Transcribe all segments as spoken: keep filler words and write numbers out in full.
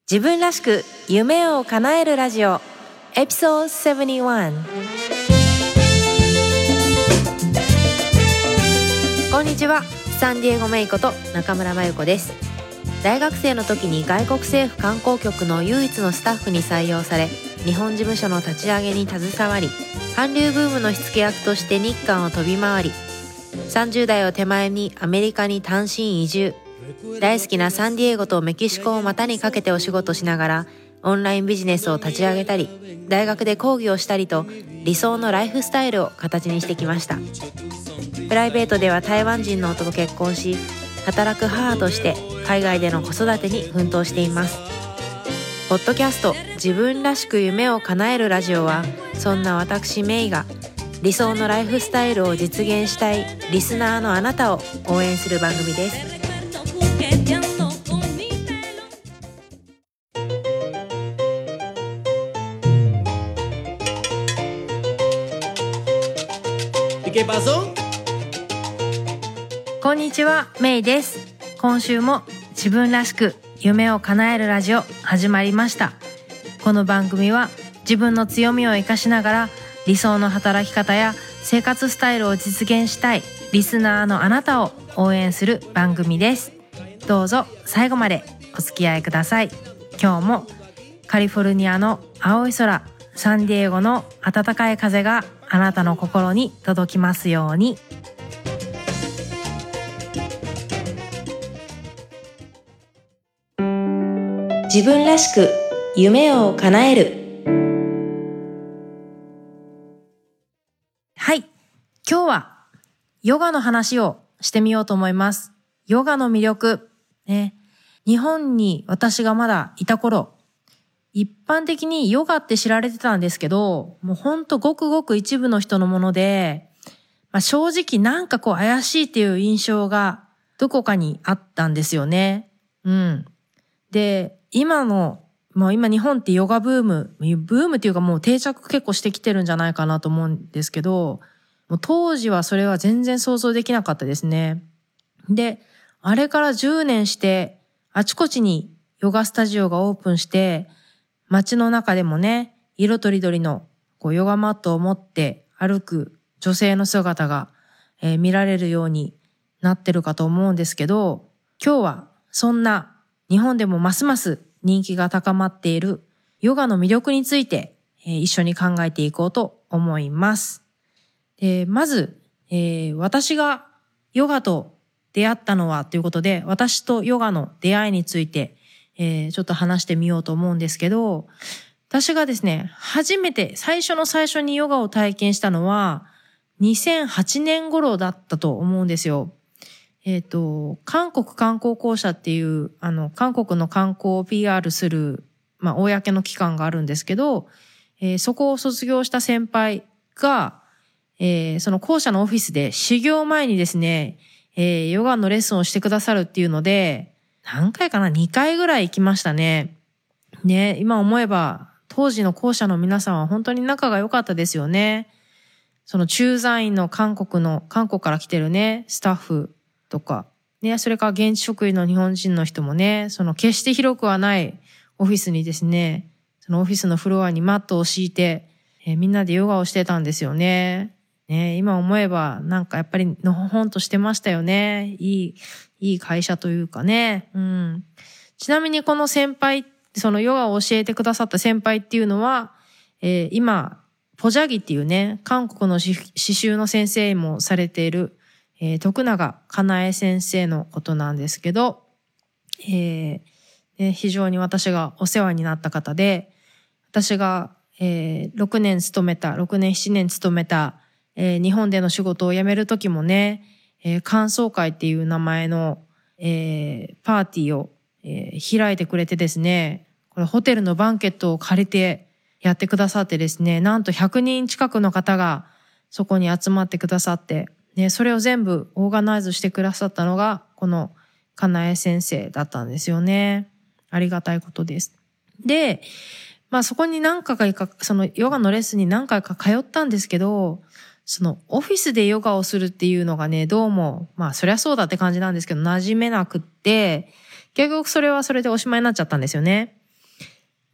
自分らしく夢を叶えるラジオエピソードななじゅういち。こんにちは、サンディエゴメイこと中村真由子です。大学生の時に外国政府観光局の唯一のスタッフに採用され、日本事務所の立ち上げに携わり、韓流ブームの火付け役として日韓を飛び回り、さんじゅう代を手前にアメリカに単身移住。大好きなサンディエゴとメキシコを股にかけてお仕事しながら、オンラインビジネスを立ち上げたり、大学で講義をしたりと、理想のライフスタイルを形にしてきました。プライベートでは台湾人の夫と結婚し、働く母として海外での子育てに奮闘しています。ポッドキャスト自分らしく夢を叶えるラジオは、そんな私メイが理想のライフスタイルを実現したいリスナーのあなたを応援する番組です。こんにちは、メイです。今週も自分らしく夢を叶えるラジオ始まりました。この番組は自分の強みを生かしながら理想の働き方や生活スタイルを実現したいリスナーのあなたを応援する番組です。どうぞ最後までお付き合いください。今日もカリフォルニアの青い空、サンディエゴの暖かい風があなたの心に届きますように。自分らしく夢を叶える。はい、今日はヨガの話をしてみようと思います。ヨガの魅力、ね、日本に私がまだいた頃、一般的にヨガって知られてたんですけど、もうほんとごくごく一部の人のもので、まあ、正直なんかこう怪しいっていう印象がどこかにあったんですよね。うん。で、今の、もう今日本ってヨガブーム、ブームっていうかもう定着結構してきてるんじゃないかなと思うんですけど、もう当時はそれは全然想像できなかったですね。で、あれからじゅうねんしてあちこちにヨガスタジオがオープンして、街の中でもね、色とりどりのこうヨガマットを持って歩く女性の姿が、えー、見られるようになってるかと思うんですけど、今日はそんな日本でもますます人気が高まっているヨガの魅力について、えー、一緒に考えていこうと思います。で、まず、えー、私がヨガと出会ったのはということで、私とヨガの出会いについてえー、ちょっと話してみようと思うんですけど、私がですね、初めて最初の最初にヨガを体験したのはにせんはちねん頃だったと思うんですよ。えっと、韓国観光公社っていう、あの、韓国の観光を ピーアール する、まあ、公の機関があるんですけど、えー、そこを卒業した先輩が、えー、その公社のオフィスで修行前にですね、えー、ヨガのレッスンをしてくださるっていうので、何回かな ?に 回ぐらい行きましたね。ね、今思えば、当時の校舎の皆さんは本当に仲が良かったですよね。その駐在員の韓国の、韓国から来てるね、スタッフとか、ね、それから現地職員の日本人の人もね、その決して広くはないオフィスにですね、そのオフィスのフロアにマットを敷いて、えー、みんなでヨガをしてたんですよね。ね、今思えば、なんかやっぱりのほほんとしてましたよね。いい、いい会社というかね。うん。ちなみにこの先輩、そのヨガを教えてくださった先輩っていうのは、えー、今、ポジャギっていうね、韓国の刺繍の先生もされている、えー、徳永かなえ先生のことなんですけど、えーね、非常に私がお世話になった方で、私が、えー、ろくねん勤めた、ろくねん、しちねん勤めた、えー、日本での仕事を辞めるときもね、えー、歓送会っていう名前の、えー、パーティーを、えー、開いてくれてですね、これホテルのバンケットを借りてやってくださってですね、なんとひゃくにん近くの方がそこに集まってくださって、ね、それを全部オーガナイズしてくださったのがこのかなえ先生だったんですよね。ありがたいことです。で、まあそこに何回か、そのヨガのレッスンに何回か通ったんですけど、そのオフィスでヨガをするっていうのがね、どうも、まあそりゃそうだって感じなんですけど、馴染めなくって、結局それはそれでおしまいになっちゃったんですよね。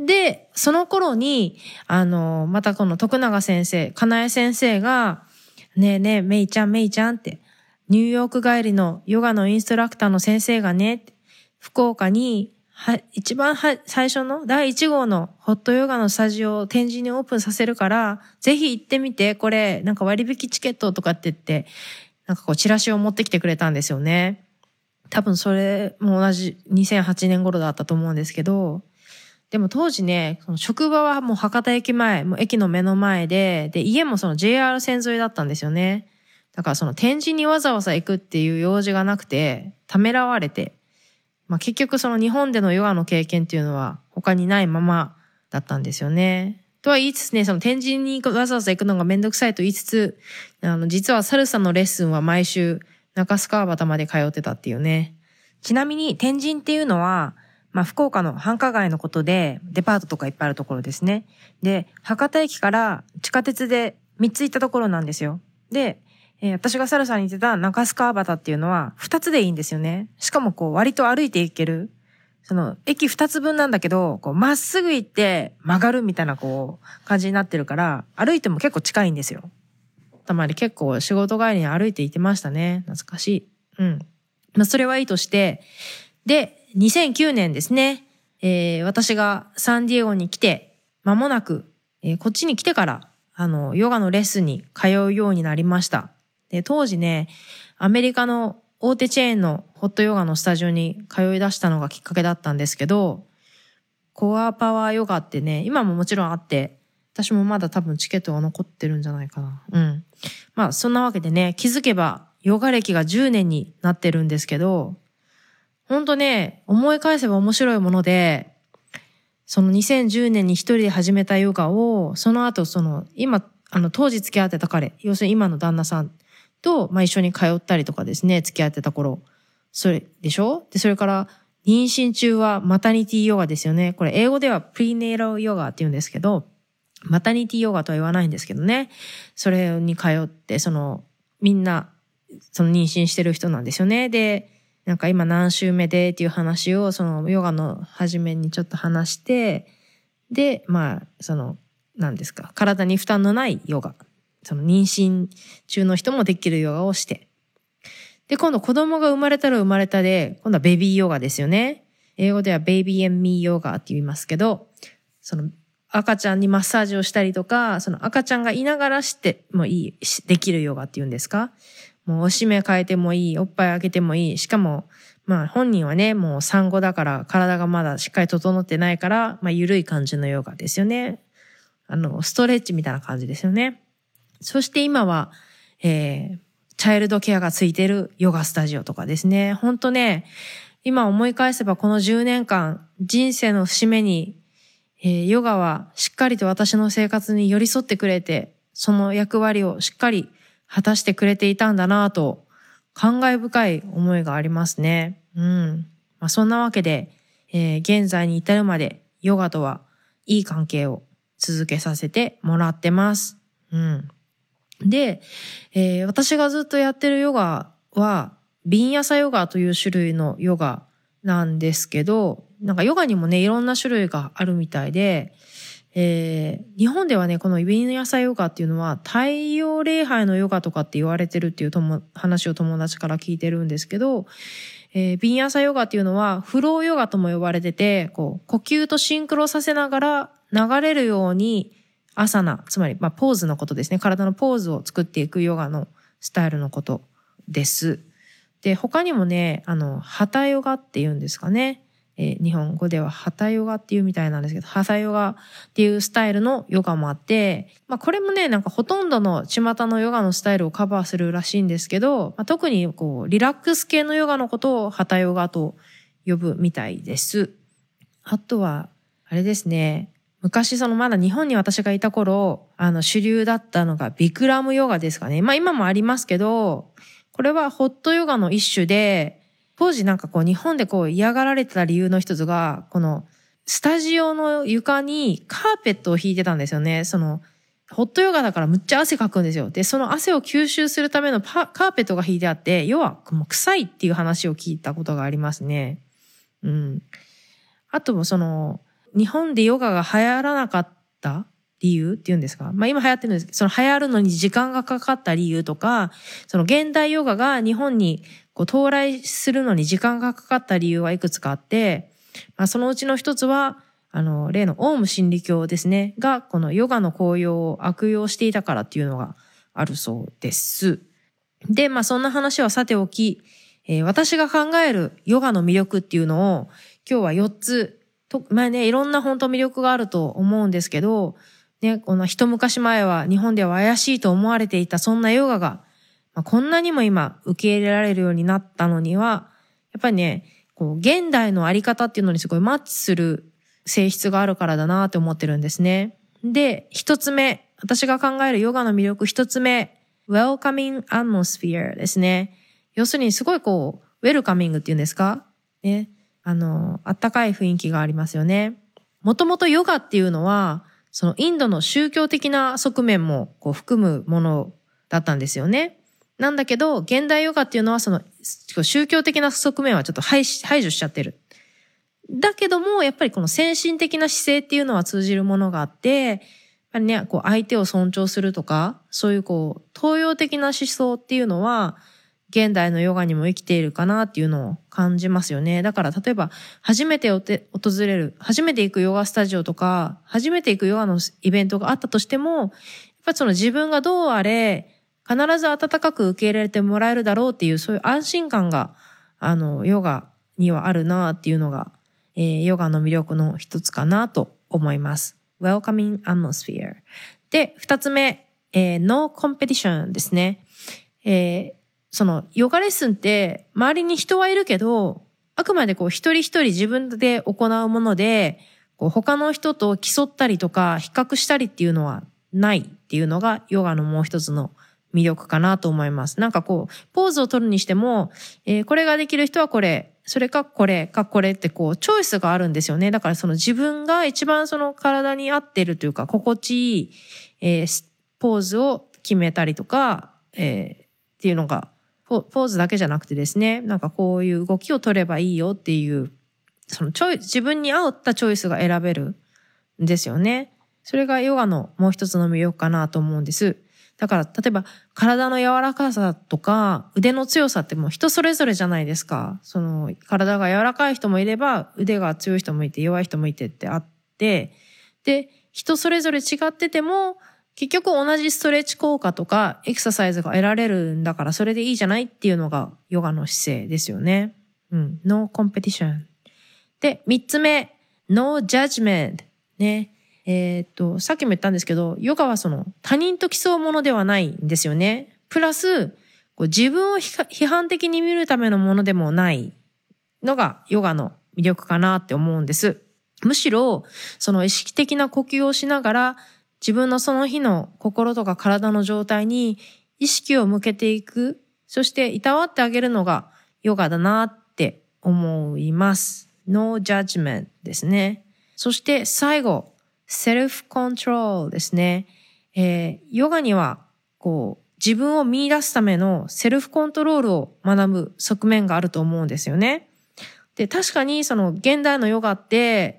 で、その頃に、あの、またこの徳永先生、かなえ先生が、ねえねえ、めいちゃんめいちゃんって、ニューヨーク帰りのヨガのインストラクターの先生がね、福岡に、は、一番は、最初のだいいち号のホットヨガのスタジオを展示にオープンさせるから、ぜひ行ってみて、これ、なんか割引チケットとかって言って、なんかこうチラシを持ってきてくれたんですよね。多分それも同じにせんはちねん頃だったと思うんですけど、でも当時ね、その職場はもう博多駅前、もう駅の目の前で、で、家もその ジェイアール 線沿いだったんですよね。だからその展示にわざわざ行くっていう用事がなくて、ためらわれて、まあ結局その日本でのヨガの経験っていうのは他にないままだったんですよね。とは言いつつね、その展示にわざわざ行くのがめんどくさいと言いつつ、あの、実はサルサのレッスンは毎週中須川端まで通ってたっていうね。ちなみに天神っていうのは、まあ、福岡の繁華街のことで、デパートとかいっぱいあるところですね。で、博多駅から地下鉄でみっつ行ったところなんですよ。で、えー、私がサルサに行ってた中須川端っていうのはふたつでいいんですよね。しかもこう割と歩いて行ける。その駅ふたつぶんなんだけど、こうまっすぐ行って曲がるみたいなこう感じになってるから、歩いても結構近いんですよ。たまに結構仕事帰りに歩いて行ってましたね。懐かしい。うん。まあそれはいいとして、で、にせんきゅうねんですね。えー、私がサンディエゴに来て、間もなく、えー、こっちに来てから、あの、ヨガのレッスンに通うようになりました。で、当時ね、アメリカの大手チェーンのホットヨガのスタジオに通い出したのがきっかけだったんですけど、コアパワーヨガってね、今ももちろんあって、私もまだ多分チケットが残ってるんじゃないかな。うん。まあ、そんなわけでね、気づけばヨガ歴がじゅうねんになってるんですけど、ほんとね、思い返せば面白いもので、そのにせんじゅうねんに一人で始めたヨガを、その後その、今、あの、当時付き合ってた彼、要するに今の旦那さんと、まあ一緒に通ったりとかですね、付き合ってた頃。それでしょ？で、それから、妊娠中はマタニティヨガですよね。これ英語ではプリネイロヨガって言うんですけど、マタニティヨガとは言わないんですけどね。それに通って、その、みんな、その妊娠してる人なんですよね。で、なんか今何週目でっていう話をそのヨガの初めにちょっと話して、で、まあ、その、何ですか、体に負担のないヨガ。その妊娠中の人もできるヨガをして。で、今度子供が生まれたら生まれたで、今度はベビーヨガですよね。英語ではベイビーエンミーヨガって言いますけど、その赤ちゃんにマッサージをしたりとか、その赤ちゃんがいながらしてもいい、できるヨガっていうんですか。もうおしめ変えてもいい、おっぱいあげてもいい。しかも、まあ本人はね、もう産後だから体がまだしっかり整ってないから、まあ緩い感じのヨガですよね。あの、ストレッチみたいな感じですよね。そして今は、えー、チャイルドケアがついてるヨガスタジオとかですね。ほんとね、今思い返せばこのじゅうねんかん、人生の節目に、えー、ヨガはしっかりと私の生活に寄り添ってくれて、その役割をしっかり果たしてくれていたんだなぁと、感慨深い思いがありますね。うん。まあ、そんなわけで、えー、現在に至るまでヨガとはいい関係を続けさせてもらってます。うん。で、えー、私がずっとやってるヨガは、ビンヤサヨガという種類のヨガなんですけど、なんかヨガにもね、いろんな種類があるみたいで、えー、日本ではね、このビンヤサヨガっていうのは太陽礼拝のヨガとかって言われてるっていうとも話を友達から聞いてるんですけど、えー、ビンヤサヨガっていうのはフローヨガとも呼ばれてて、こう呼吸とシンクロさせながら流れるようにアサナ、つまりまあポーズのことですね。体のポーズを作っていくヨガのスタイルのことです。で、他にもね、あの、ハタヨガっていうんですかね。えー、日本語ではハタヨガっていうみたいなんですけど、ハタヨガっていうスタイルのヨガもあって、まあこれもね、なんかほとんどの巷のヨガのスタイルをカバーするらしいんですけど、まあ、特にこう、リラックス系のヨガのことをハタヨガと呼ぶみたいです。あとは、あれですね、昔そのまだ日本に私がいた頃、あの主流だったのがビクラムヨガですかね。まあ今もありますけど、これはホットヨガの一種で、当時なんかこう日本でこう嫌がられてた理由の一つが、このスタジオの床にカーペットを引いてたんですよね。そのホットヨガだからむっちゃ汗かくんですよ。で、その汗を吸収するためのパカーペットが引いてあって、要はもう臭いっていう話を聞いたことがありますね。うん。あともその、 日本でヨガが流行らなかった理由っていうんですか。まあ今流行ってるんですけど、その流行るのに時間がかかった理由とか、その現代ヨガが日本にこう到来するのに時間がかかった理由はいくつかあって、まあそのうちの一つは、あの、例のオウム真理教ですね、がこのヨガの効用を悪用していたからっていうのがあるそうです。で、まあそんな話はさておき、えー、私が考えるヨガの魅力っていうのを今日はよっつ、とまあね、いろんな本当魅力があると思うんですけど、ね、この一昔前は日本では怪しいと思われていたそんなヨガが、まあ、こんなにも今受け入れられるようになったのには、やっぱりね、こう現代のあり方っていうのにすごいマッチする性質があるからだなって思ってるんですね。で、一つ目、私が考えるヨガの魅力一つ目、welcoming atmosphere ですね。要するにすごいこう、ウェルカミングっていうんですかね。あの、あったかい雰囲気がありますよね。もともとヨガっていうのは、そのインドの宗教的な側面もこう含むものだったんですよね。なんだけど、現代ヨガっていうのはその宗教的な側面はちょっと排除しちゃってる。だけども、やっぱりこの先進的な姿勢っていうのは通じるものがあって、やっぱりね、こう相手を尊重するとか、そういうこう東洋的な思想っていうのは、現代のヨガにも生きているかなっていうのを感じますよね。だから例えば初めておて訪れる、初めて行くヨガスタジオとか、初めて行くヨガのイベントがあったとしても、やっぱりその自分がどうあれ、必ず温かく受け入れられてもらえるだろうっていう、そういう安心感が、あの、ヨガにはあるなっていうのが、えー、ヨガの魅力の一つかなと思います。Welcoming atmosphere。で、二つ目、えー、No competition ですね。えーそのヨガレッスンって周りに人はいるけど、あくまでこう一人一人自分で行うもので、こう他の人と競ったりとか比較したりっていうのはないっていうのがヨガのもう一つの魅力かなと思います。なんかこう、ポーズを取るにしても、えー、これができる人はこれ、それかこれかこれってこう、チョイスがあるんですよね。だからその自分が一番その体に合ってるというか、心地いい、えー、ポーズを決めたりとか、えー、っていうのが、ポーズだけじゃなくてですね、なんかこういう動きを取ればいいよっていう、そのチョイス、自分に合ったチョイスが選べるんですよね。それがヨガのもう一つの魅力かなと思うんです。だから、例えば体の柔らかさとか腕の強さってもう人それぞれじゃないですか。その体が柔らかい人もいれば腕が強い人もいて弱い人もいてってあって、で、人それぞれ違ってても、結局同じストレッチ効果とかエクササイズが得られるんだからそれでいいじゃないっていうのがヨガの姿勢ですよね。うん。No competition。で、三つ目、No judgment。ね。えーっと、さっきも言ったんですけど、ヨガはその他人と競うものではないんですよね。プラス、こう自分を批判的に見るためのものでもないのがヨガの魅力かなって思うんです。むしろ、その意識的な呼吸をしながら、自分のその日の心とか体の状態に意識を向けていく。そしていたわってあげるのがヨガだなって思います。No judgment ですね。そして最後、self control ですね。えー、ヨガにはこう自分を見出すためのセルフコントロールを学ぶ側面があると思うんですよね。で、確かにその現代のヨガって、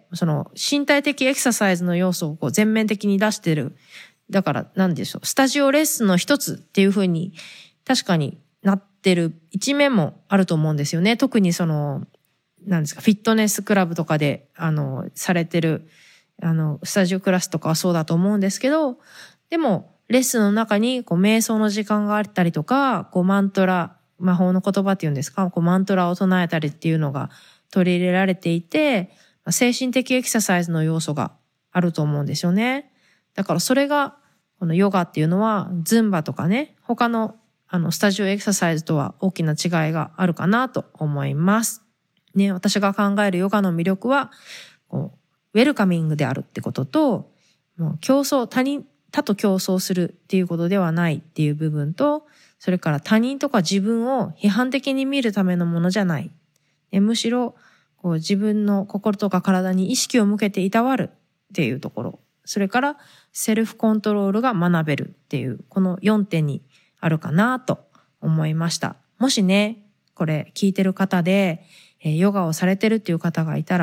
その身体的エクササイズの要素をこう全面的に出してる。だから何でしょう。スタジオレッスンの一つっていう風に確かになってる一面もあると思うんですよね。特にその、何ですか、フィットネスクラブとかで、あの、されてる、あの、スタジオクラスとかはそうだと思うんですけど、でも、レッスンの中にこう瞑想の時間があったりとか、こうマントラ、魔法の言葉っていうんですか、こうマントラを唱えたりっていうのが取り入れられていて、精神的エクササイズの要素があると思うんですよね。だからそれが、このヨガっていうのは、ズンバとかね、他のあのスタジオエクササイズとは大きな違いがあるかなと思います。ね、私が考えるヨガの魅力は、こうウェルカミングであるってことと、もう競争、他人、他と競争するっていうことではないっていう部分と、それから他人とか自分を批判的に見るためのものじゃない。むしろこう自分の心とか体に意識を向けていたわるっていうところ。それからセルフコントロールが学べるっていう、このよんてんにあるかなと思いました。もしね、これ聞いてる方で、ヨガをされてるっていう方がいたら、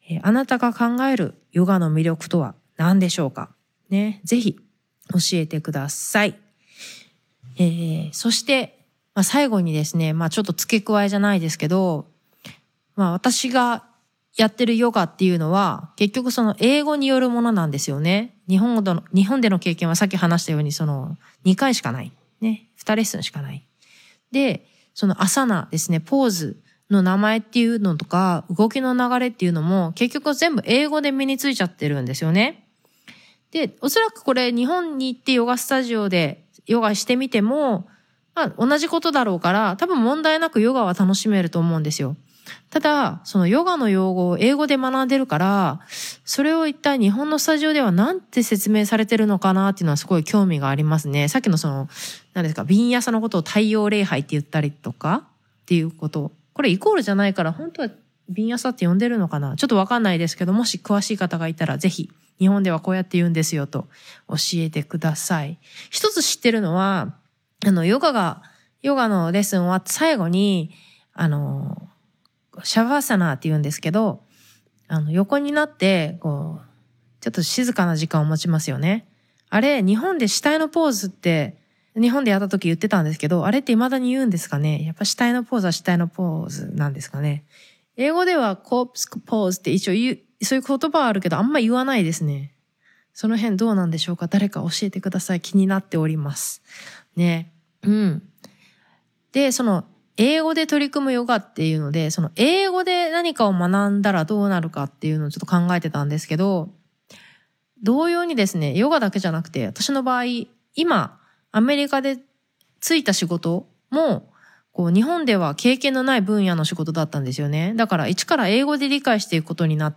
えー、あなたが考えるヨガの魅力とは何でしょうかね、ぜひ教えてください。えー、そして、まあ、最後にですね、まあちょっと付け加えじゃないですけど、まあ私がやってるヨガっていうのは結局その英語によるものなんですよね。日本での、日本での経験はさっき話したようにそのにかいしかない。ね。にレッスンしかない。で、そのアサナですね、ポーズの名前っていうのとか動きの流れっていうのも結局全部英語で身についちゃってるんですよね。で、おそらくこれ日本に行ってヨガスタジオでヨガしてみても、まあ同じことだろうから多分問題なくヨガは楽しめると思うんですよ。ただ、そのヨガの用語を英語で学んでるから、それを一体日本のスタジオではなんて説明されてるのかなっていうのはすごい興味がありますね。さっきのその、何ですか、ビンヤサのことを太陽礼拝って言ったりとかっていうこと。これイコールじゃないから本当はビンヤサって呼んでるのかなちょっとわかんないですけど、もし詳しい方がいたらぜひ日本ではこうやって言うんですよと教えてください。一つ知ってるのは、あの、ヨガが、ヨガのレッスン終わって最後に、あの、シャバーサナーって言うんですけど、あの、横になって、こう、ちょっと静かな時間を持ちますよね。あれ、日本で死体のポーズって、日本でやった時言ってたんですけど、あれって未だに言うんですかね。やっぱ死体のポーズは死体のポーズなんですかね。英語ではコープスポーズって一応言う、そういう言葉はあるけど、あんま言わないですね。その辺どうなんでしょうか。誰か教えてください。気になっております。ね。うん。で、その、英語で取り組むヨガっていうので、その英語で何かを学んだらどうなるかっていうのをちょっと考えてたんですけど、同様にですね、ヨガだけじゃなくて、私の場合、今、アメリカでついた仕事も、こう、日本では経験のない分野の仕事だったんですよね。だから、一から英語で理解していくことになって、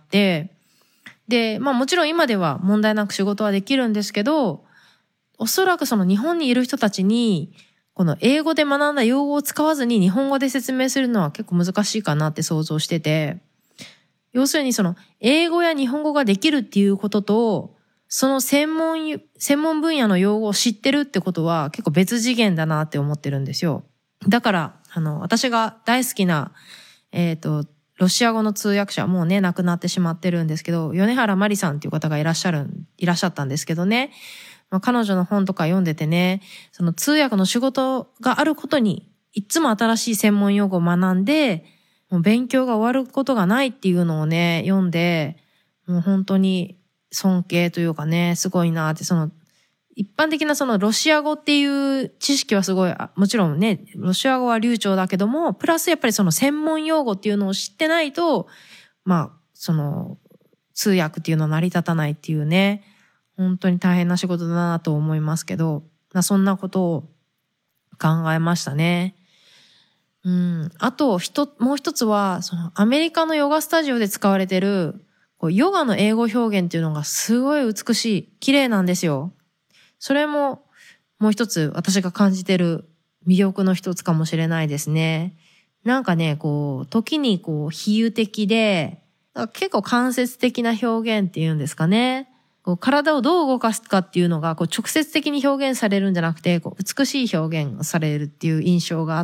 で、まあもちろん今では問題なく仕事はできるんですけど、おそらくその日本にいる人たちに、この英語で学んだ用語を使わずに日本語で説明するのは結構難しいかなって想像してて、要するにその英語や日本語ができるっていうことと、その専門、専門分野の用語を知ってるってことは結構別次元だなって思ってるんですよ。だから、あの、私が大好きな、えっと、ロシア語の通訳者、もうね、亡くなってしまってるんですけど、米原まりさんっていう方がいらっしゃる、いらっしゃったんですけどね、まあ、彼女の本とか読んでてね、その通訳の仕事があることに、いつも新しい専門用語を学んで、もう勉強が終わることがないっていうのをね、読んで、もう本当に尊敬というかね、すごいなって、その、一般的なそのロシア語っていう知識はすごい、もちろんね、ロシア語は流暢だけども、プラスやっぱりその専門用語っていうのを知ってないと、まあ、その、通訳っていうのは成り立たないっていうね、本当に大変な仕事だなと思いますけど、まあ、そんなことを考えましたね。うん。あと、一、もう一つは、そのアメリカのヨガスタジオで使われてる、こうヨガの英語表現っていうのがすごい美しい、綺麗なんですよ。それも、もう一つ私が感じてる魅力の一つかもしれないですね。なんかね、こう、時にこう、比喩的で、結構間接的な表現っていうんですかね。こう体をどう動かすかっていうのがこう直接的に表現されるんじゃなくて、こう美しい表現されるっていう印象があって、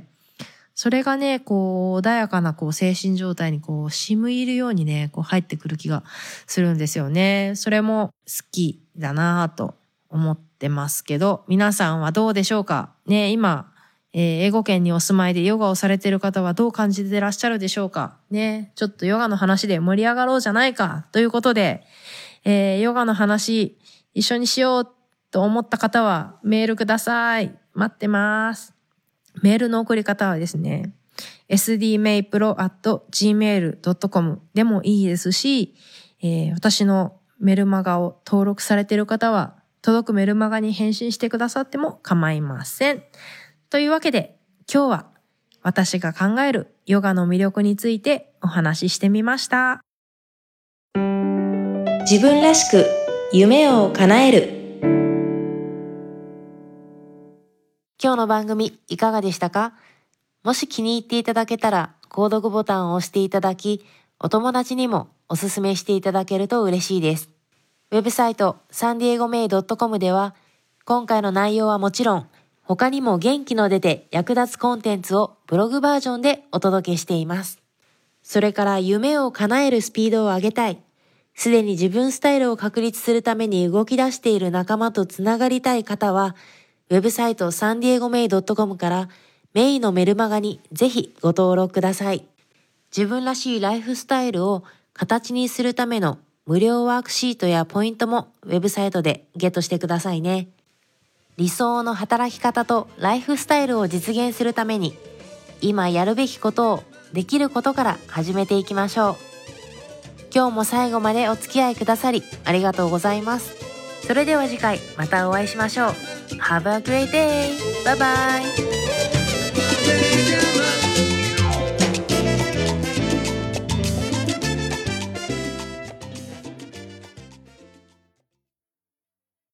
それがね、こう穏やかなこう精神状態にこう染み入るようにね、こう入ってくる気がするんですよね。それも好きだなぁと思ってますけど、皆さんはどうでしょうかね。今、えー、英語圏にお住まいでヨガをされている方はどう感じてらっしゃるでしょうかね。ちょっとヨガの話で盛り上がろうじゃないかということで、えー、ヨガの話一緒にしようと思った方はメールください。待ってます。メールの送り方はですね、エスディーメイプロアットジーメールドットコム でもいいですし、えー、私のメルマガを登録されている方は届くメルマガに返信してくださっても構いません。というわけで今日は私が考えるヨガの魅力についてお話ししてみました。 自分らしく夢を叶える。今日の番組いかがでしたか？もし気に入っていただけたら購読ボタンを押していただき、お友達にもおすすめしていただけると嬉しいです。ウェブサイトサンディエゴメイドットコムでは今回の内容はもちろん他にも元気の出て役立つコンテンツをブログバージョンでお届けしています。 それから夢を叶えるスピードを上げたい。すでに自分スタイルを確立するために動き出している仲間とつながりたい方は、ウェブサイトサンディエゴメイドットコムからメイのメルマガにぜひご登録ください。自分らしいライフスタイルを形にするための無料ワークシートやポイントもウェブサイトでゲットしてくださいね。理想の働き方とライフスタイルを実現するために、今やるべきことをできることから始めていきましょう。今日も最後までお付き合いくださりありがとうございます。それでは次回またお会いしましょう。Have a great day! Bye bye!